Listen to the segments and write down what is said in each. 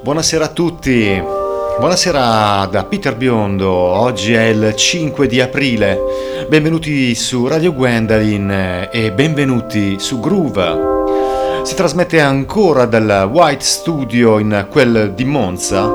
Buonasera a tutti, buonasera da Peter Biondo, oggi è il 5 di aprile, benvenuti su Radio Gwendolyn e benvenuti su Groove. Si trasmette ancora dal White Studio in quel di Monza.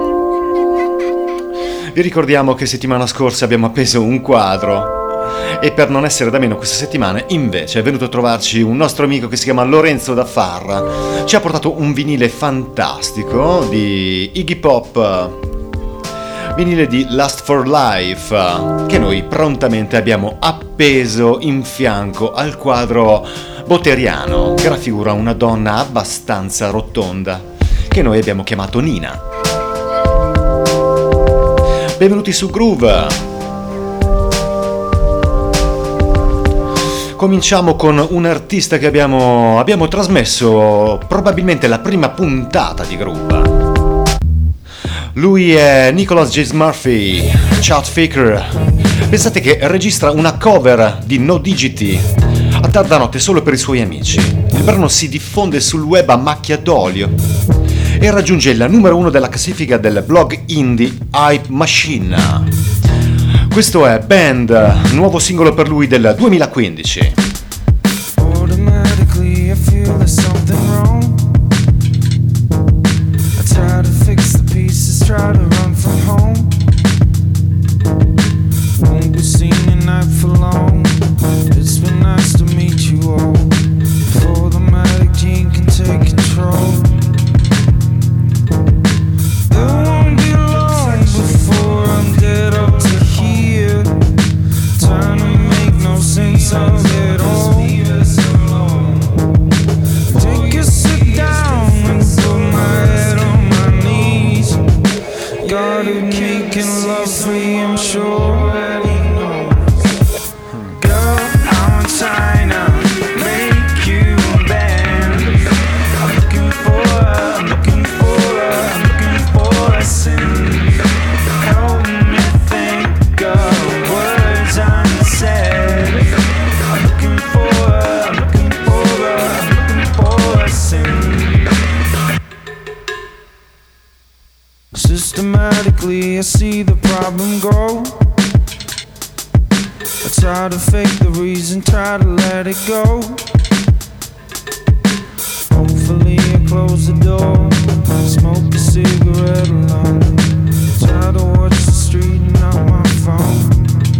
Vi ricordiamo che settimana scorsa abbiamo appeso un quadro e per non essere da meno questa settimana invece è venuto a trovarci un nostro amico che si chiama Lorenzo da Farra. Ci ha portato un vinile fantastico di Iggy Pop, vinile di Lust for Life, che noi prontamente abbiamo appeso in fianco al quadro botteriano che raffigura una donna abbastanza rotonda che noi abbiamo chiamato Nina. Benvenuti su Groove. Cominciamo con un artista che abbiamo trasmesso probabilmente la prima puntata di Groove. Lui è Nicholas J. Murphy, Chart Faker. Pensate che registra una cover di No Digity a tarda notte solo per i suoi amici. Il brano si diffonde sul web a macchia d'olio e raggiunge il numero 1 della classifica del blog indie Hype Machine. Questo è Band, nuovo singolo per lui del 2015. Automatically I feel there's something wrong. I try to fix the pieces, try to run from home. Won't be seen at night for long. It's been nice to meet you all. Before the magic gene can take control. There won't be long before I'm dead up to here. Trying to make no sense of it all. Take a sit down and put my head on my knees. God is making love free, I'm sure. Girl, I'm trying to make you bend. I'm looking for a sin. Help me think of words unsaid. I'm looking for a sin. Systematically, I see the problem grow. I try to fake the reason, try to let it go. Hopefully I close the door, smoke a cigarette alone. Try to watch the street and not my phone.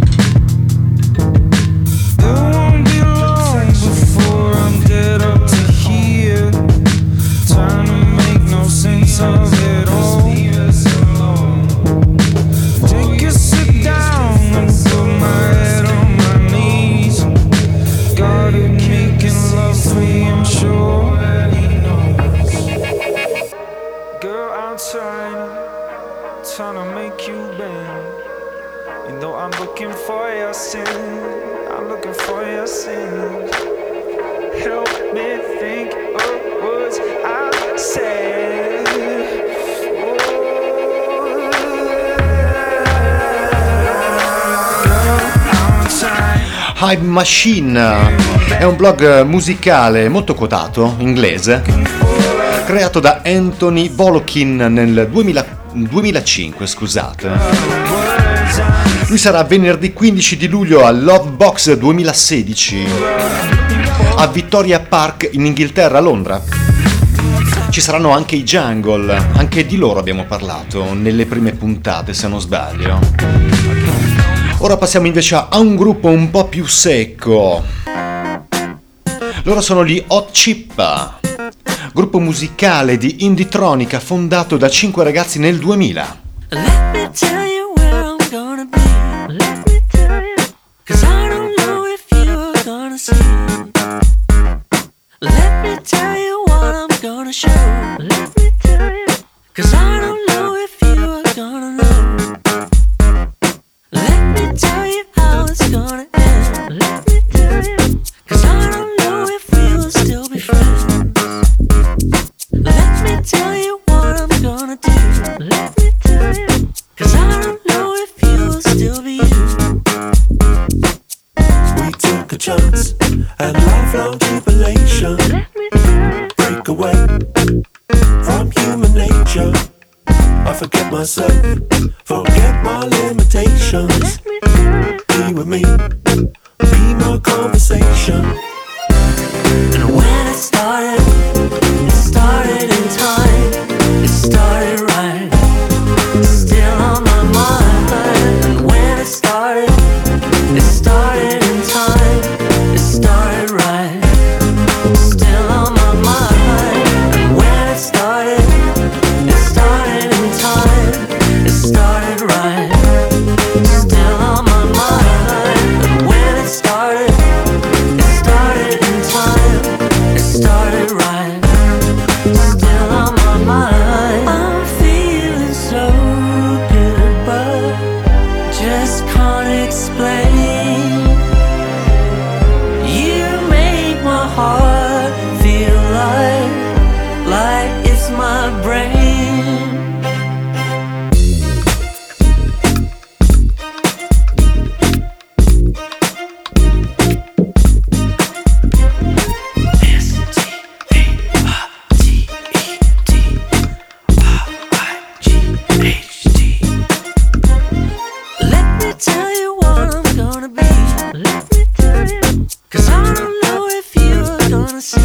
There won't be long before I'm dead up to here. Trying to make no sense of it all. Take a sit down and put my head on my knees. God is making love free, I'm sure. Girl, I'm trying to make you bend. You know I'm looking for your sin. I'm looking for your sin. Help me think of words I said. Hype Machine è un blog musicale molto quotato, inglese, creato da Anthony Bolokin nel 2005, scusate. Lui sarà venerdì 15 di luglio al Lovebox 2016 a Victoria Park in Inghilterra, a Londra. Ci saranno anche i Jungle, anche di loro abbiamo parlato nelle prime puntate se non sbaglio. Ora passiamo invece a un gruppo un po' più secco. Loro sono gli Hot Chip, gruppo musicale di indie-tronica fondato da 5 ragazzi nel 2000. Let me tell you where I'm gonna be. Let me tell you, 'cause I don't know if you're gonna see. Let me tell you what I'm gonna show. Let me tell you, 'cause I don't know if you're gonna know. Let me tell you how it's gonna end. Let me tell you, 'cause I don't know if we will still be friends. Let me tell you what I'm gonna do. Let me tell you, 'cause I don't know if you will still be you. We took a chance and lifelong jubilation. Let me tell you, Break away from human nature. forget myself, forget my limitations. Be with me, be my conversation. And when it started in time, it started right, still on my mind. And when it started in time, it started right, still on my mind. And when it started in time, it started right, still on my mind. And when it started in time, it started right, still on my mind. I'm feeling so good, but just can't explain. You make my heart feel like it's my brain. Let me tell you what I'm gonna be. Let me tell you, 'cause I don't know if you're gonna see.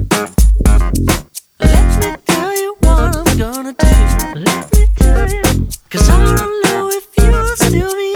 Let me tell you what I'm gonna do. Let me tell you, 'cause I don't know if you'll still be.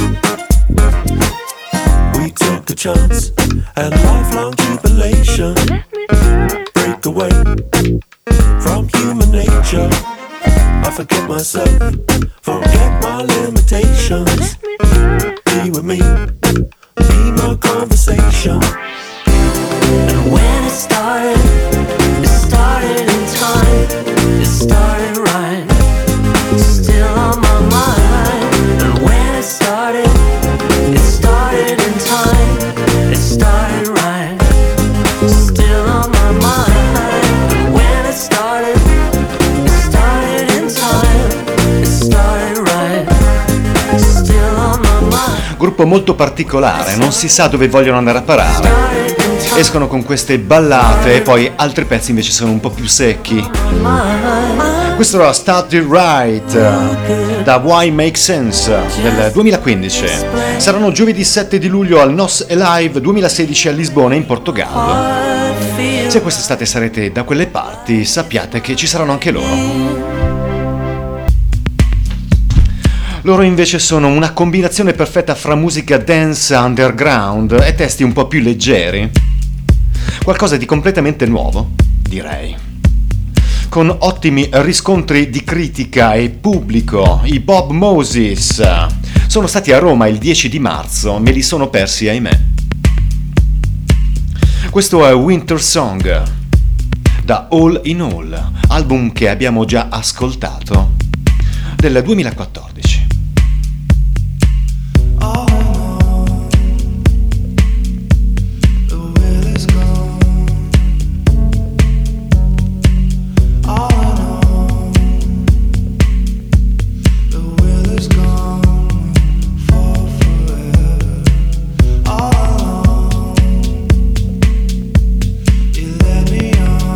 We took a chance and lifelong jubilation. Let me tell you, Break away from human nature. I forget myself, forget my limitations. let me tell you. Be with me, be my conversation. And when it started in time, it started right, still on my mind. And when it started in time, it started right, still on my mind. And when it started in time, it started right, still on my mind. Gruppo molto particolare, non si sa dove vogliono andare a parare. Escono con queste ballate e poi altri pezzi invece sono un po' più secchi. Questo era Started Right da Why Make Sense del 2015. Saranno giovedì 7 di luglio al Nos Alive 2016 a Lisbona in Portogallo. Se quest'estate sarete da quelle parti, sappiate che ci saranno anche loro. Loro invece sono una combinazione perfetta fra musica dance underground e testi un po' più leggeri. Qualcosa di completamente nuovo, direi. Con ottimi riscontri di critica e pubblico, i Bob Moses sono stati a Roma il 10 di marzo, me li sono persi, ahimè. Questo è Winter Song da All in All, album che abbiamo già ascoltato del 2014.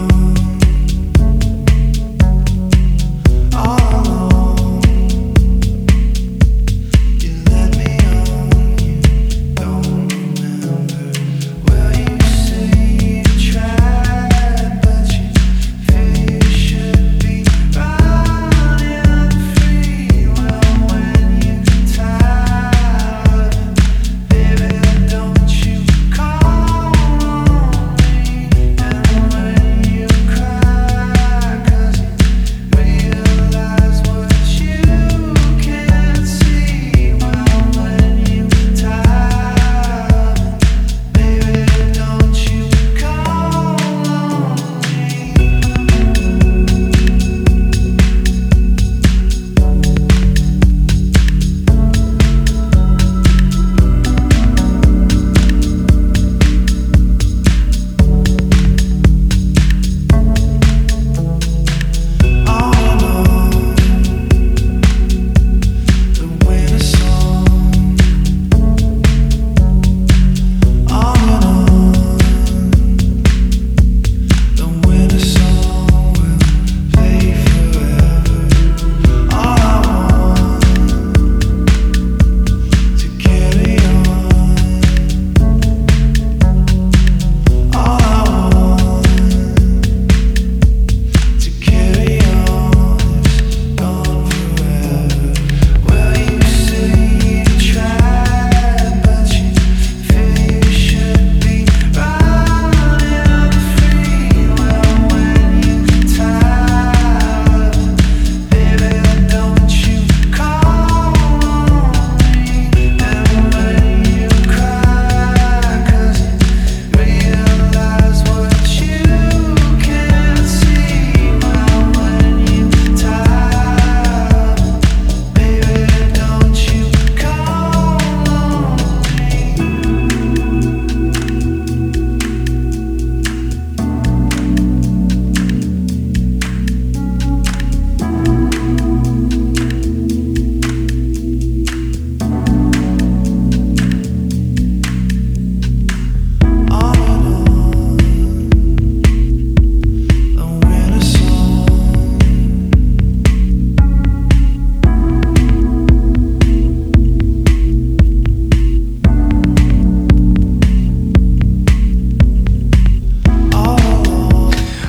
Oh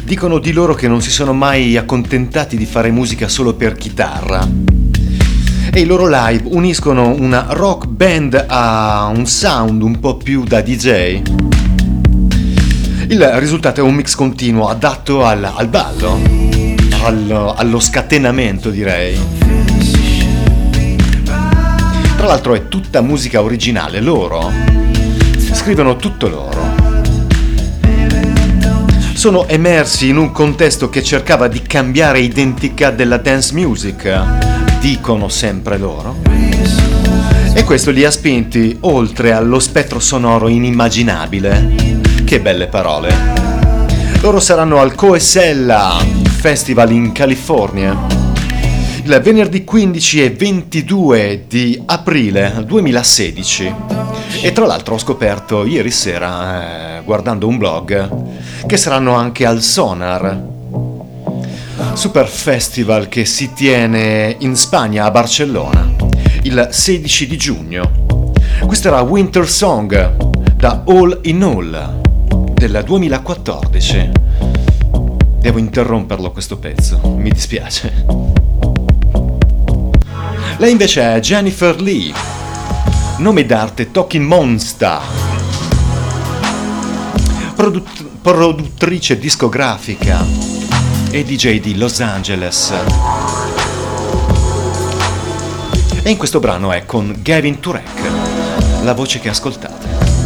Dicono di loro che non si sono mai accontentati di fare musica solo per chitarra. E i loro live uniscono una rock band a un sound un po' più da DJ. Il risultato è un mix continuo adatto al ballo, allo scatenamento, direi. Tra l'altro è tutta musica originale, loro scrivono tutto loro. Sono emersi in un contesto che cercava di cambiare identità della dance music, dicono sempre loro, e questo li ha spinti oltre allo spettro sonoro inimmaginabile. Che belle parole. Loro saranno al Coachella Festival in California il venerdì 15 e 22 di aprile 2016. E tra l'altro ho scoperto ieri sera, guardando un blog, che saranno anche al Sonar, super festival che si tiene in Spagna, a Barcellona, il 16 di giugno. Questo era Winter Song da All in All del 2014. Devo interromperlo questo pezzo, mi dispiace. Lei invece è Jennifer Lee, nome d'arte Talking Monster, produttrice discografica e DJ di Los Angeles. E in questo brano è con Gavin Turek, la voce che ascoltate.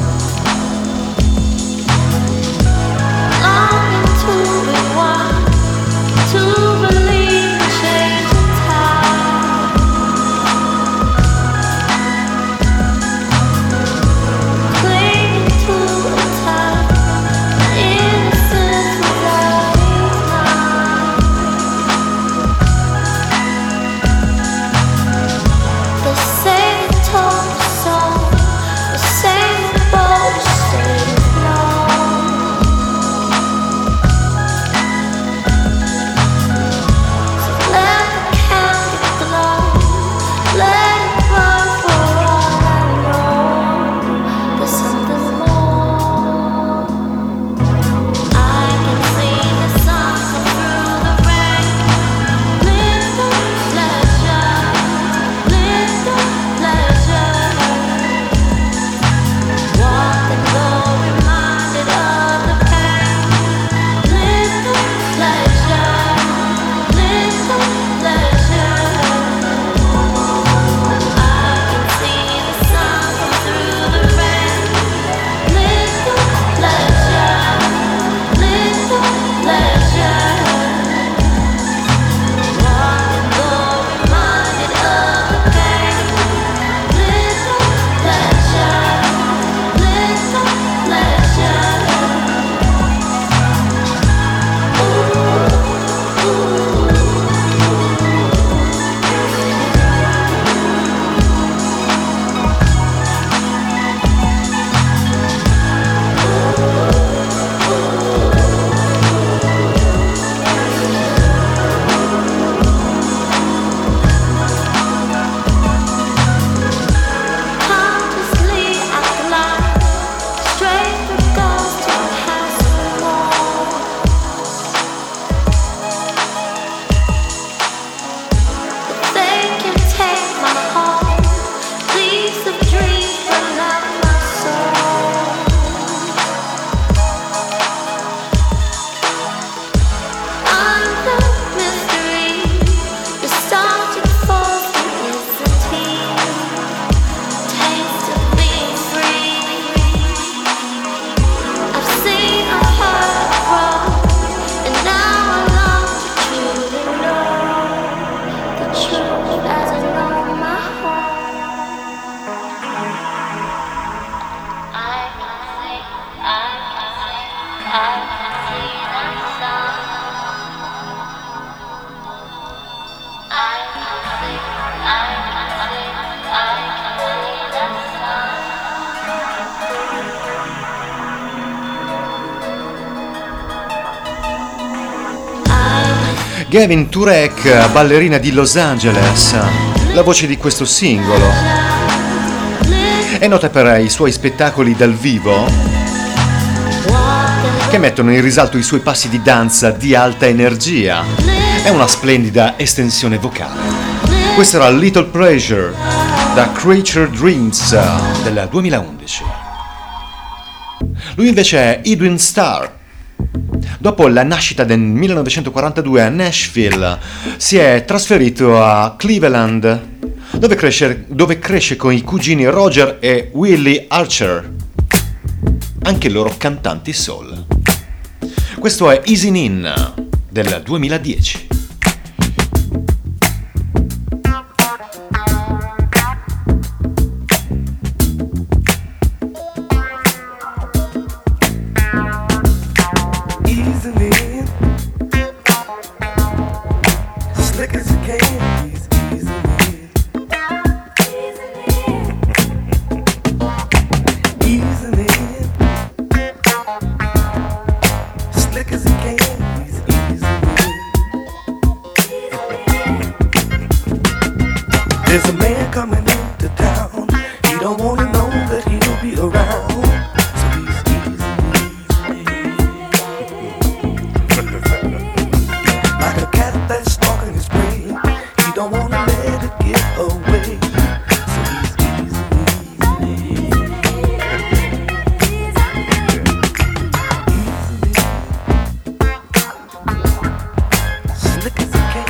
Gavin Turek, ballerina di Los Angeles, la voce di questo singolo. È nota per i suoi spettacoli dal vivo che mettono in risalto i suoi passi di danza di alta energia e una splendida estensione vocale. Questo era Little Pleasure da Creature Dreams del 2011. Lui invece è Edwin Starr. Dopo la nascita del 1942 a Nashville, si è trasferito a Cleveland, dove cresce con i cugini Roger e Willie Archer, anche loro cantanti soul. Questo è Easing In del 2010. There's a man coming into town. He don't wanna know that he'll be around. So he's easy. Like a cat that's stalking his prey. He don't wanna let it get away. So he's easy. Slick as a cat.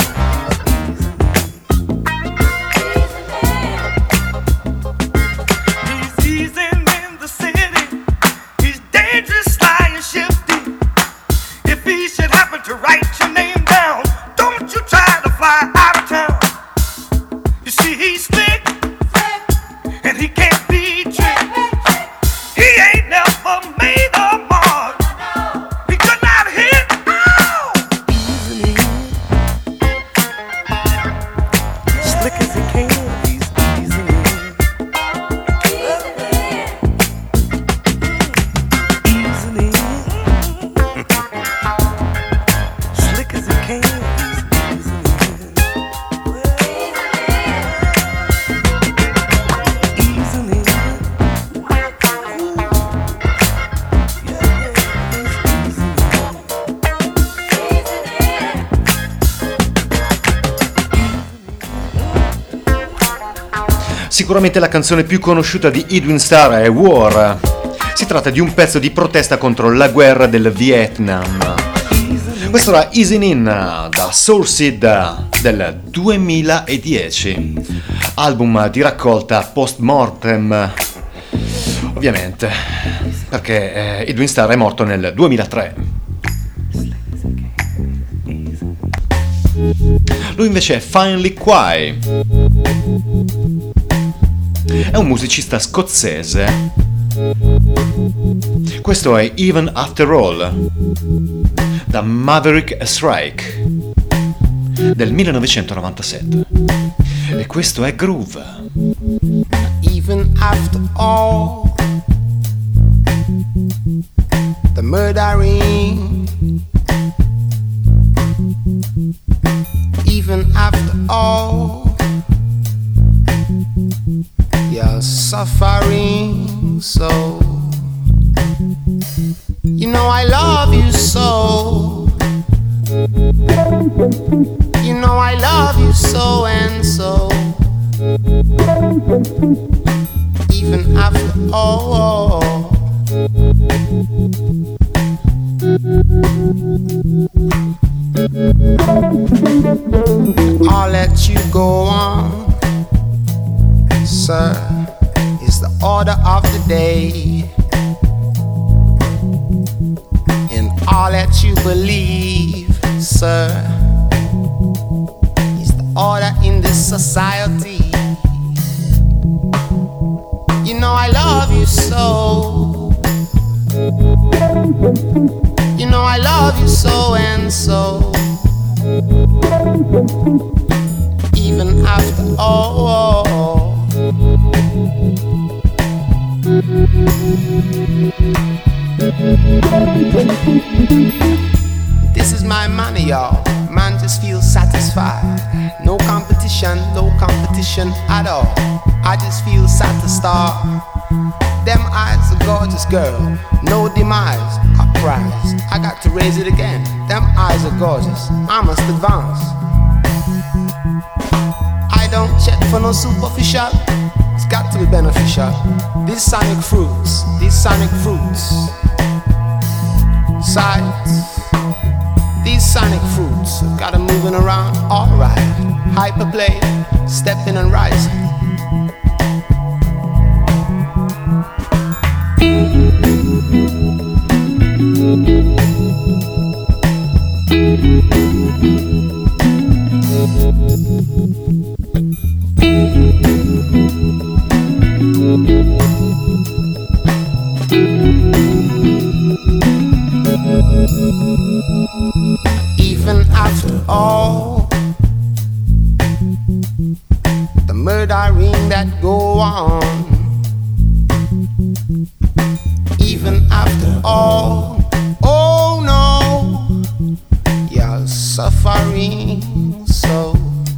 Sicuramente la canzone più conosciuta di Edwin Starr è War. Si tratta di un pezzo di protesta contro la guerra del Vietnam. Questo era Easing In da Soul Seed del 2010, album di raccolta post mortem, ovviamente, perché Edwin Starr è morto nel 2003. Lui invece è Finally Quai. È un musicista scozzese. Questo è Even After All da Maverick Strike del 1997. E questo è Groove. Even after all the murdering, even after all you're suffering so, you know I love you so, you know I love you so and so, even after all. I'll let you go on, sir, is the order of the day. And I'll let you believe, sir, is the order in this society. You know I love you so, you know I love you so and so, even after all. This is my money, y'all. Man just feels satisfied. No competition at all. I just feel satisfied. Them eyes, a gorgeous girl. No demise, a prize. I got to raise it again. Them eyes are gorgeous. I must advance. I don't check for no superficial. It's got to be beneficial. These sonic fruits. Sights. These sonic fruits got 'em moving around, alright. Hyperplay, stepping and rising. Even after all the murdering that go on, even after all, oh no, you're suffering so.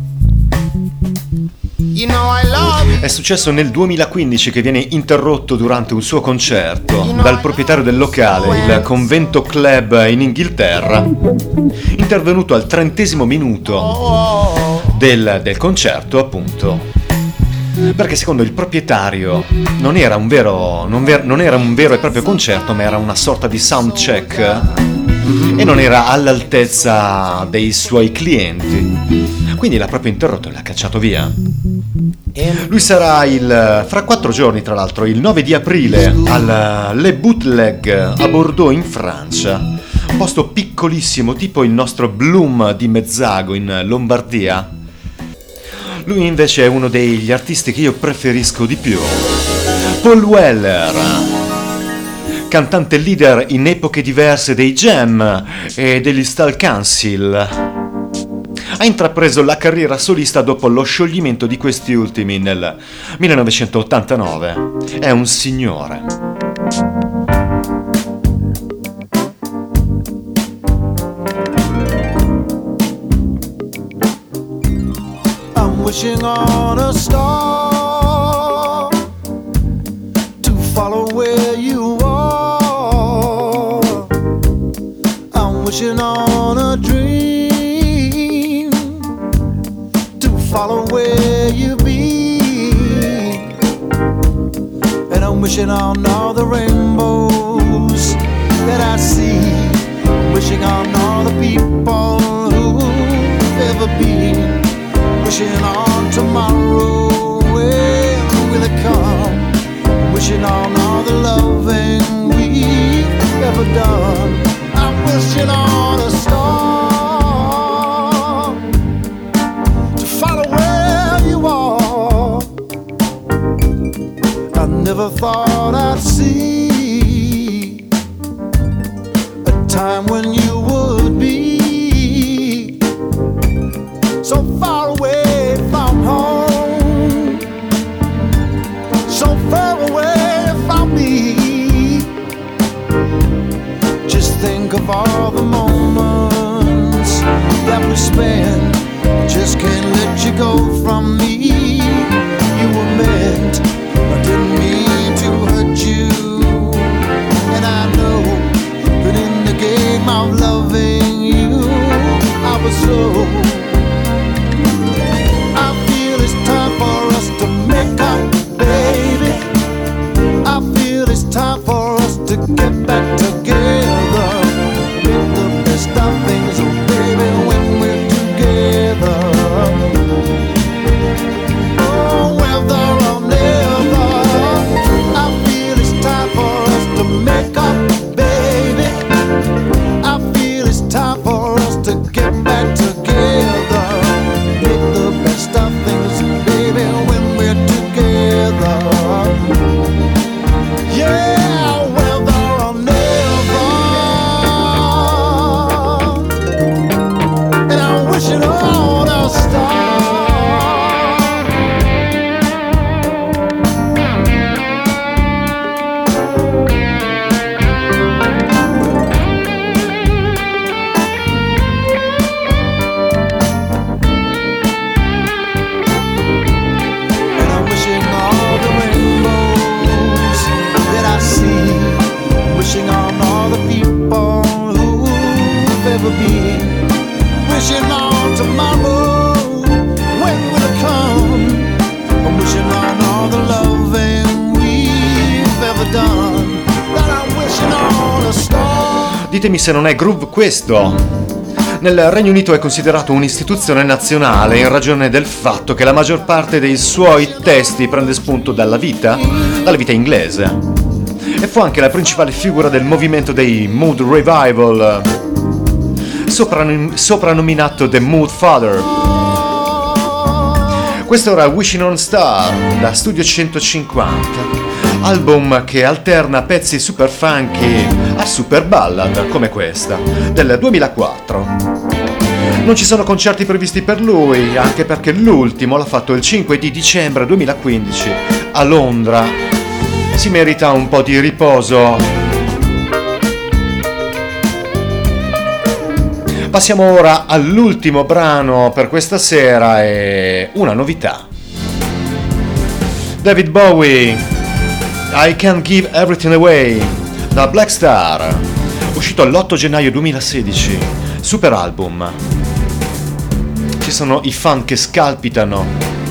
You know I love you. È successo nel 2015 che viene interrotto durante un suo concerto dal proprietario del locale, il Convento Club in Inghilterra, intervenuto al 30° minuto del concerto, appunto, perché secondo il proprietario non era un vero e proprio concerto, ma era una sorta di soundcheck e non era all'altezza dei suoi clienti. Quindi l'ha proprio interrotto e l'ha cacciato via. Lui sarà fra 4 giorni, tra l'altro, il 9 di aprile al Le Bootleg a Bordeaux in Francia, un posto piccolissimo tipo il nostro Bloom di Mezzago in Lombardia. Lui invece è uno degli artisti che io preferisco di più. Paul Weller, cantante leader in epoche diverse dei Jam e degli Style Council. Ha intrapreso la carriera solista dopo lo scioglimento di questi ultimi nel 1989. È un signore. I'm wishing on a star to follow where you are. I'm wishing on a dream follow where you be, and I'm wishing on all the rainbows that I see. I'm wishing on all the people who've ever been. Wishing on tomorrow, when will it come? Wishing on all the loving we've ever done. I'm wishing on a star follow where you are. I never thought I'd see a time when you would be so far away from home, so far away from me. Just think of all the moments that we spent. Just can't let you go from me. You were meant, I didn't mean to hurt you. And I know that in the game of loving you, I was so. I feel it's time for us to make up, baby. I feel it's time for us to get back together. Make the best of things, oh baby, when we're together. Oh, whether or never, I feel it's time for us to make up, baby. I feel it's time for us to get back together. Make the best of things, baby, when we're together. Yeah, whether or never. And I'm wishing on a star. ever been. Wishing on tomorrow, when will it come? I'm wishing on all the loving we've ever done. That I'm wishing on a star. Ditemi se non è groove questo. Nel Regno Unito è considerato un'istituzione nazionale in ragione del fatto che la maggior parte dei suoi testi prende spunto dalla vita inglese. E fu anche la principale figura del movimento dei Mood Revival, soprannominato The Mood Father. Questo era Wishing on a Star da Studio 150, album che alterna pezzi super funky a super ballad come questa, del 2004. Non ci sono concerti previsti per lui, anche perché l'ultimo l'ha fatto il 5 di dicembre 2015 a Londra. Si merita un po' di riposo. Passiamo ora all'ultimo brano per questa sera e una novità. David Bowie, I Can't Give Everything Away, da Black Star, uscito l'8 gennaio 2016, super album. Ci sono i fan che scalpitano.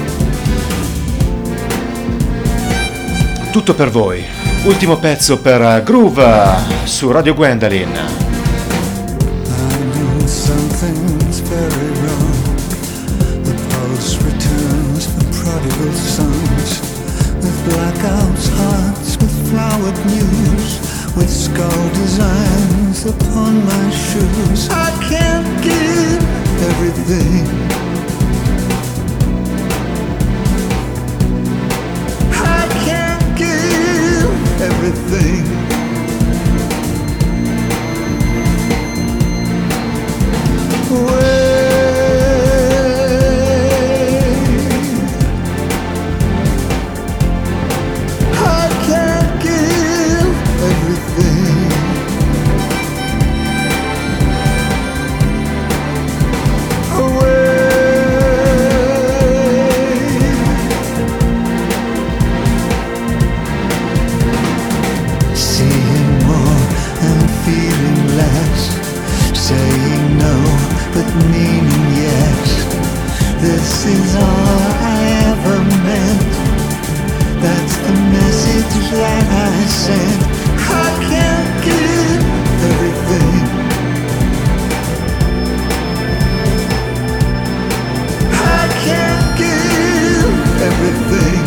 Tutto per voi. Ultimo pezzo per Groove su Radio Gwendolyn. Something's very wrong. The pulse returns for prodigal sons, with blackouts, hearts, with flowered news, with skull designs upon my shoes. I can't give everything. I can't give everything. This is all I ever meant. That's the message that I sent. I can't give everything. I can't give everything.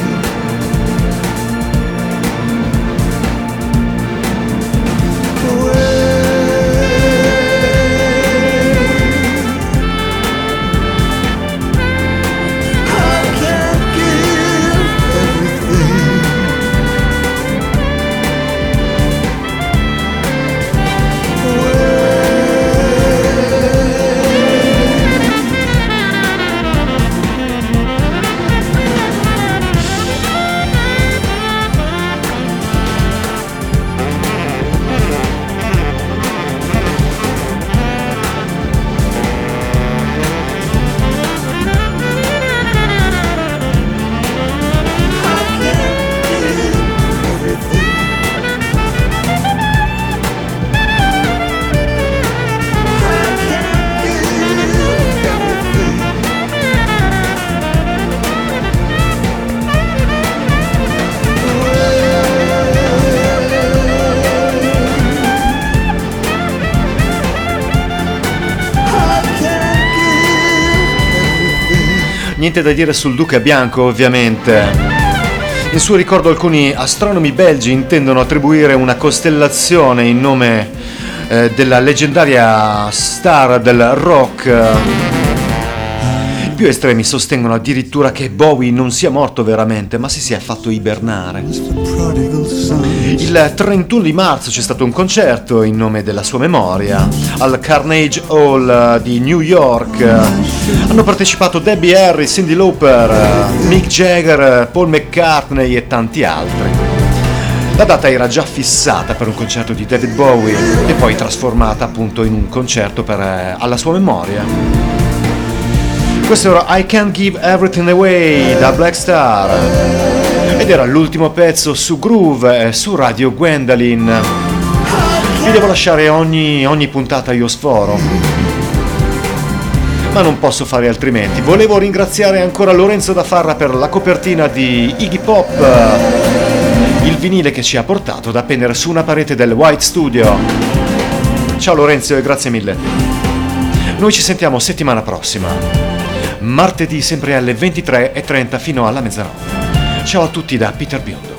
Niente da dire sul Duca Bianco, ovviamente. In suo ricordo alcuni astronomi belgi intendono attribuire una costellazione in nome della leggendaria star del rock. I più estremi sostengono addirittura che Bowie non sia morto veramente, ma si sia fatto ibernare. Il 31 di marzo c'è stato un concerto in nome della sua memoria al Carnegie Hall di New York. Hanno partecipato Debbie Harry, Cyndi Lauper, Mick Jagger, Paul McCartney e tanti altri. La data era già fissata per un concerto di David Bowie e poi trasformata appunto in un concerto alla sua memoria. Questo era I Can't Give Everything Away da Black Star ed era l'ultimo pezzo su Groove su Radio Gwendolyn. Vi devo lasciare ogni puntata io sforo, ma non posso fare altrimenti. Volevo ringraziare ancora Lorenzo da Farra per la copertina di Iggy Pop, il vinile che ci ha portato da appendere su una parete del White Studio. Ciao Lorenzo e grazie mille. Noi ci sentiamo settimana prossima, martedì sempre alle 23:30 fino alla mezzanotte. Ciao a tutti da Peter Biondo.